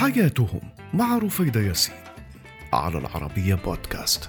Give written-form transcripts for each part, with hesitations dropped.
حياتهم مع رفيدة ياسين على العربية بودكاست.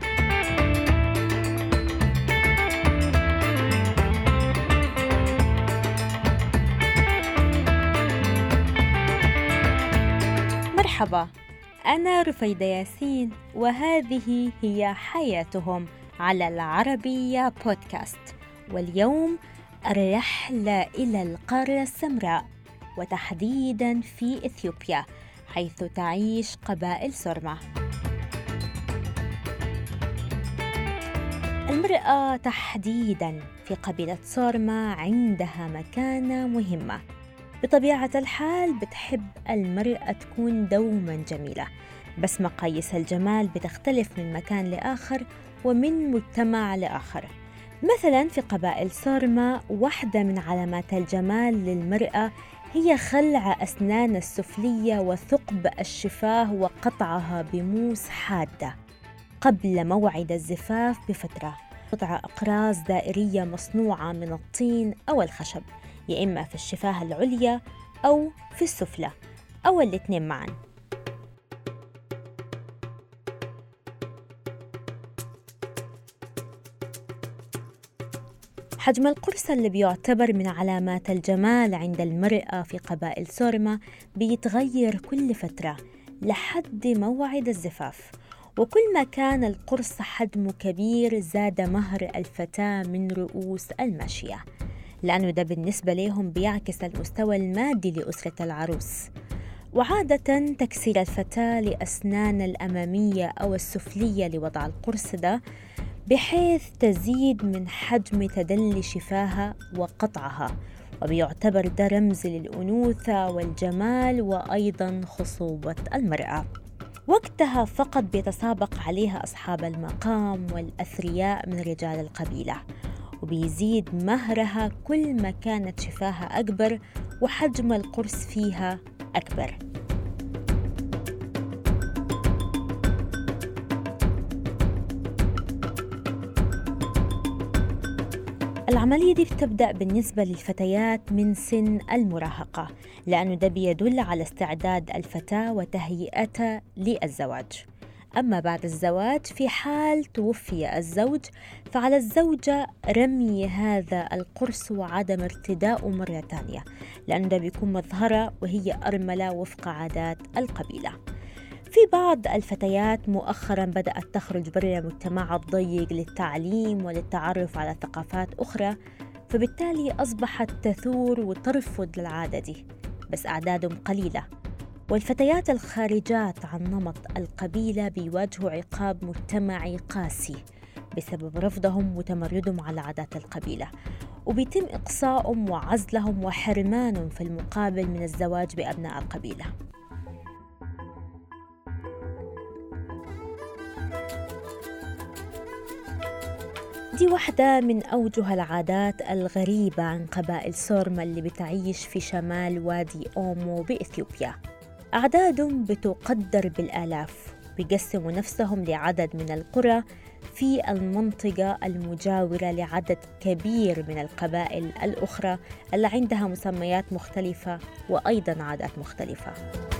مرحبا، أنا رفيدة ياسين وهذه هي حياتهم على العربية بودكاست. واليوم الرحلة إلى القارة السمراء، وتحديداً في إثيوبيا حيث تعيش قبائل سورما. المرأة تحديداً في قبيلة سورما عندها مكانة مهمة. بطبيعة الحال بتحب المرأة تكون دوماً جميلة، بس مقاييس الجمال بتختلف من مكان لآخر ومن مجتمع لآخر. مثلاً في قبائل سورما واحدة من علامات الجمال للمرأة هي خلع أسنان السفلية وثقب الشفاه وقطعها بموس حادة قبل موعد الزفاف بفترة. قطع أقراص دائرية مصنوعة من الطين أو الخشب، يا إما في الشفاه العليا أو في السفلى أو الاثنين معاً. حجم القرص اللي بيعتبر من علامات الجمال عند المرأة في قبائل سورما بيتغير كل فترة لحد موعد الزفاف، وكل ما كان القرص حجمه كبير زاد مهر الفتاة من رؤوس الماشية، لأنه ده بالنسبة لهم بيعكس المستوى المادي لأسرة العروس. وعادة تكسير الفتاة لأسنان الأمامية أو السفلية لوضع القرص ده بحيث تزيد من حجم تدلي شفاها وقطعها، وبيعتبر ده رمز للأنوثة والجمال وأيضاً خصوبة المرأة. وقتها فقط بيتسابق عليها أصحاب المقام والأثرياء من رجال القبيلة، وبيزيد مهرها كل ما كانت شفاها أكبر وحجم القرص فيها أكبر. العملية دي بتبدأ بالنسبة للفتيات من سن المراهقة، لأنه ده بيدل على استعداد الفتاة وتهيئتها للزواج. أما بعد الزواج في حال توفي الزوج فعلى الزوجة رمي هذا القرص وعدم ارتداؤه مرة تانية، لأنه ده بيكون مظهرة وهي أرملة وفق عادات القبيلة. في بعض الفتيات مؤخراً بدأت تخرج برا المجتمع الضيق للتعليم وللتعرف على ثقافات أخرى، فبالتالي أصبحت تثور وترفض للعادة دي، بس أعدادهم قليلة. والفتيات الخارجات عن نمط القبيلة بيواجهوا عقاب مجتمعي قاسي بسبب رفضهم وتمردهم على عادات القبيلة، وبيتم إقصائهم وعزلهم وحرمانهم في المقابل من الزواج بأبناء القبيلة. دي واحدة من أوجه العادات الغريبة عن قبائل سورما اللي بتعيش في شمال وادي أومو بإثيوبيا. أعدادهم بتقدر بالآلاف، بيقسموا نفسهم لعدد من القرى في المنطقة المجاورة لعدد كبير من القبائل الأخرى اللي عندها مسميات مختلفة وأيضاً عادات مختلفة.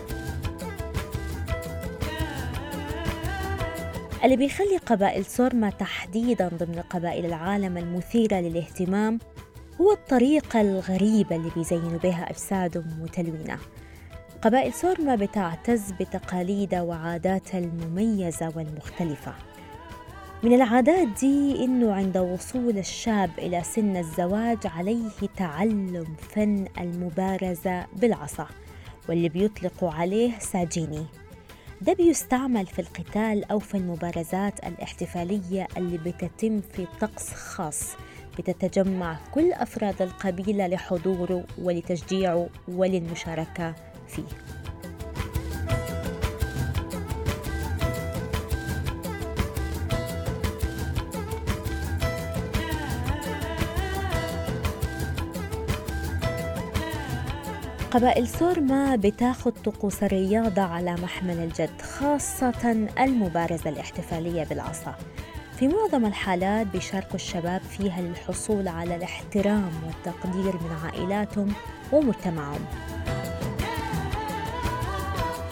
اللي بيخلي قبائل سورما تحديداً ضمن قبائل العالم المثيرة للاهتمام هو الطريقة الغريبة اللي بيزينوا بها أجسادهم وتلوينها. قبائل سورما بتعتز بتقاليدها وعاداتها المميزة والمختلفة. من العادات دي إنه عند وصول الشاب إلى سن الزواج عليه تعلم فن المبارزة بالعصا، واللي بيطلقوا عليه ساجيني. ده بيستعمل في القتال أو في المبارزات الاحتفالية اللي بتتم في طقس خاص بتتجمع كل أفراد القبيلة لحضوره ولتشجيعه وللمشاركة فيه. قبائل سورما بتاخد طقوس الرياضة على محمل الجد، خاصة المبارزة الاحتفالية بالعصا. في معظم الحالات بيشاركوا الشباب فيها للحصول على الاحترام والتقدير من عائلاتهم ومجتمعهم.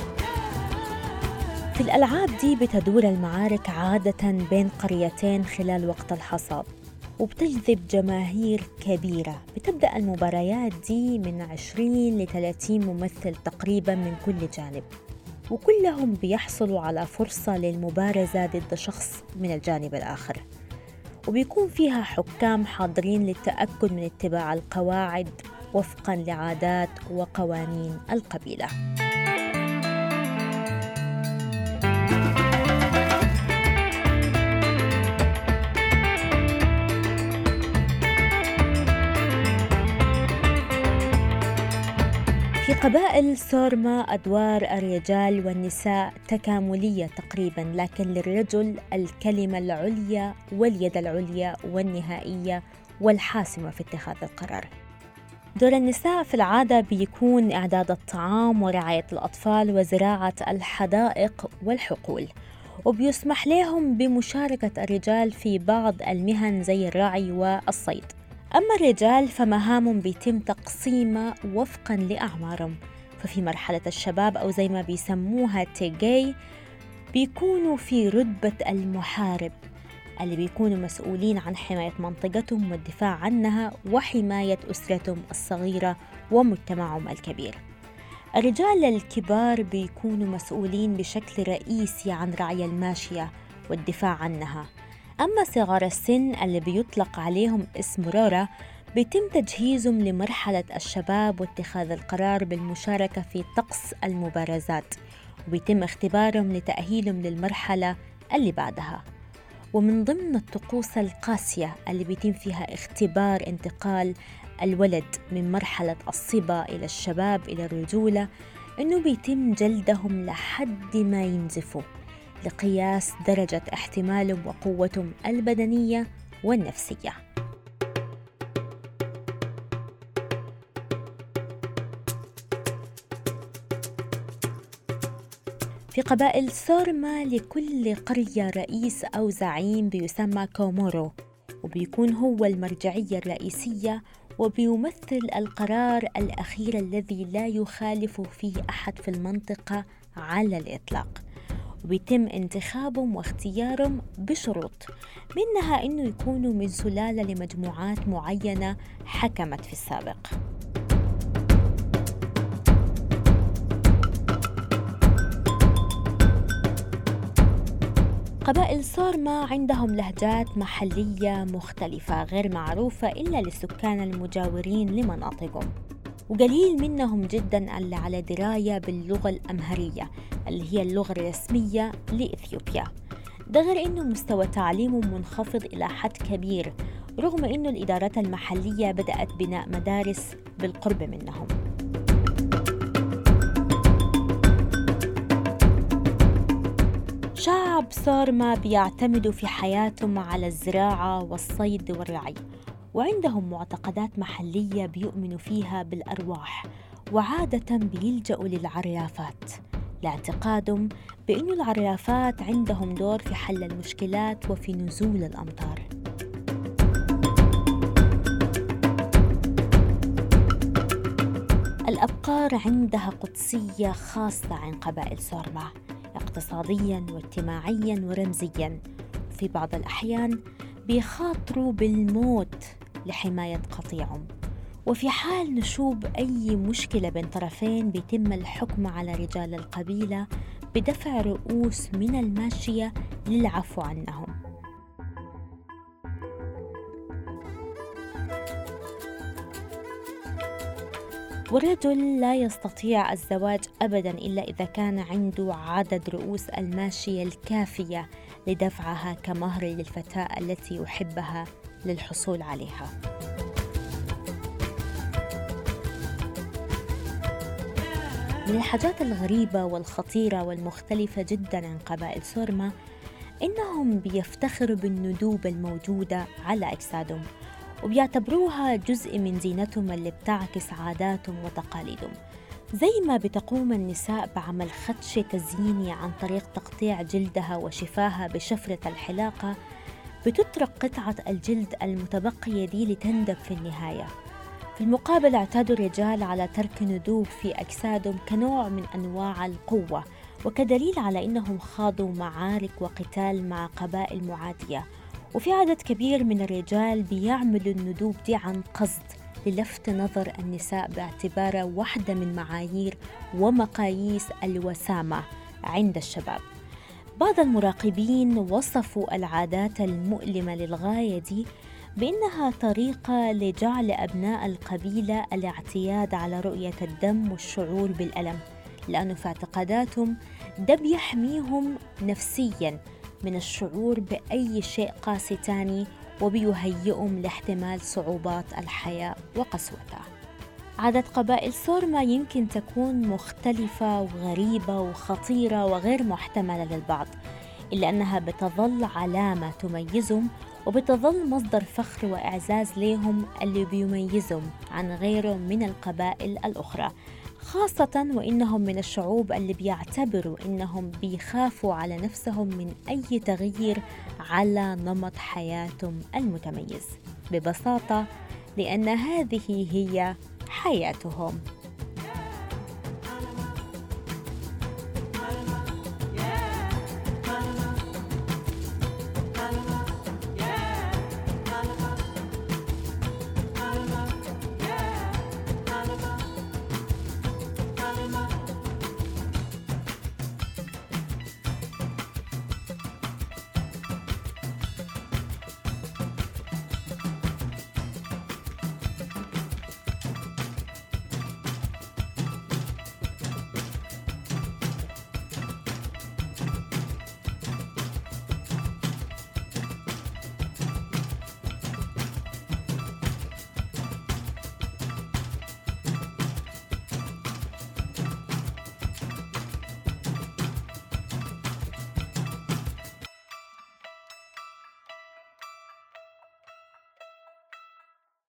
في الألعاب دي بتدور المعارك عادة بين قريتين خلال وقت الحصاد، وبتجذب جماهير كبيرة. بتبدأ المباريات دي من 20 ل 30 ممثل تقريباً من كل جانب، وكلهم بيحصلوا على فرصة للمبارزة ضد شخص من الجانب الآخر، وبيكون فيها حكام حاضرين للتأكد من اتباع القواعد وفقاً لعادات وقوانين القبيلة. في قبائل سورما أدوار الرجال والنساء تكاملية تقريباً، لكن للرجل الكلمة العليا واليد العليا والنهائية والحاسمة في اتخاذ القرار. دور النساء في العادة بيكون إعداد الطعام ورعاية الأطفال وزراعة الحدائق والحقول، وبيسمح لهم بمشاركة الرجال في بعض المهن زي الرعي والصيد. أما الرجال فمهامهم بيتم تقسيمها وفقاً لأعمارهم، ففي مرحلة الشباب أو زي ما بيسموها تيجي بيكونوا في رتبة المحارب، اللي بيكونوا مسؤولين عن حماية منطقتهم والدفاع عنها وحماية أسرتهم الصغيرة ومجتمعهم الكبير. الرجال الكبار بيكونوا مسؤولين بشكل رئيسي عن رعي الماشية والدفاع عنها. أما صغار السن اللي بيطلق عليهم اسم رورا بيتم تجهيزهم لمرحلة الشباب واتخاذ القرار بالمشاركة في طقس المبارزات، وبيتم اختبارهم لتأهيلهم للمرحلة اللي بعدها. ومن ضمن الطقوس القاسية اللي بيتم فيها اختبار انتقال الولد من مرحلة الصبا إلى الشباب إلى الرجولة إنه بيتم جلدهم لحد ما ينزفوا لقياس درجة احتمالهم وقوتهم البدنية والنفسية. في قبائل سورما لكل قرية رئيس أو زعيم بيسمى كومورو، وبيكون هو المرجعية الرئيسية وبيمثل القرار الأخير الذي لا يخالف فيه أحد في المنطقة على الإطلاق، وبيتم انتخابهم واختيارهم بشروط، منها إنه يكونوا من سلالة لمجموعات معينة حكمت في السابق. قبائل سورما عندهم لهجات محلية مختلفة غير معروفة إلا للسكان المجاورين لمناطقهم، وقليل منهم جداً اللي على دراية باللغة الأمهرية اللي هي اللغة الرسمية لإثيوبيا. ده غير إنه مستوى تعليمهم منخفض إلى حد كبير، رغم إنه الإدارات المحلية بدأت بناء مدارس بالقرب منهم. شعب سورما بيعتمدوا في حياتهم على الزراعة والصيد والرعي، وعندهم معتقدات محلية بيؤمنوا فيها بالأرواح، وعادة بيلجأوا للعرافات لاعتقادهم بأن العرافات عندهم دور في حل المشكلات وفي نزول الأمطار. الأبقار عندها قدسية خاصة عن قبائل سورما، اقتصادياً واجتماعياً ورمزياً. في بعض الأحيان بيخاطروا بالموت لحماية قطيعهم، وفي حال نشوب أي مشكلة بين طرفين بيتم الحكم على رجال القبيلة بدفع رؤوس من الماشية للعفو عنهم. والرجل لا يستطيع الزواج أبداً إلا إذا كان عنده عدد رؤوس الماشية الكافية لدفعها كمهر للفتاة التي يحبها للحصول عليها. من الحاجات الغريبة والخطيرة والمختلفة جداً عن قبائل سورما إنهم بيفتخروا بالندوب الموجودة على أجسادهم، وبيعتبروها جزء من زينتهم اللي بتعكس عاداتهم وتقاليدهم. زي ما بتقوم النساء بعمل خدش تزييني عن طريق تقطيع جلدها وشفاها بشفرة الحلاقة، بتترك قطعة الجلد المتبقية دي لتندب في النهاية. في المقابل اعتادوا الرجال على ترك ندوب في أجسادهم كنوع من أنواع القوة، وكدليل على أنهم خاضوا معارك وقتال مع قبائل معادية. وفي عدد كبير من الرجال بيعملوا الندوب دي عن قصد للفت نظر النساء باعتبارها واحدة من معايير ومقاييس الوسامة عند الشباب. بعض المراقبين وصفوا العادات المؤلمة للغاية دي بأنها طريقة لجعل أبناء القبيلة الاعتياد على رؤية الدم والشعور بالألم، لأنه في اعتقاداتهم ده بيحميهم نفسياً من الشعور بأي شيء قاسي تاني وبيهيئهم لاحتمال صعوبات الحياة وقسوتها. عادة قبائل سورما يمكن تكون مختلفة وغريبة وخطيرة وغير محتملة للبعض، إلا أنها بتظل علامة تميزهم وبتظل مصدر فخر وإعزاز لهم اللي بيميزهم عن غيرهم من القبائل الأخرى، خاصة وإنهم من الشعوب اللي بيعتبروا إنهم بيخافوا على نفسهم من أي تغيير على نمط حياتهم المتميز، ببساطة لأن هذه هي حياتهم.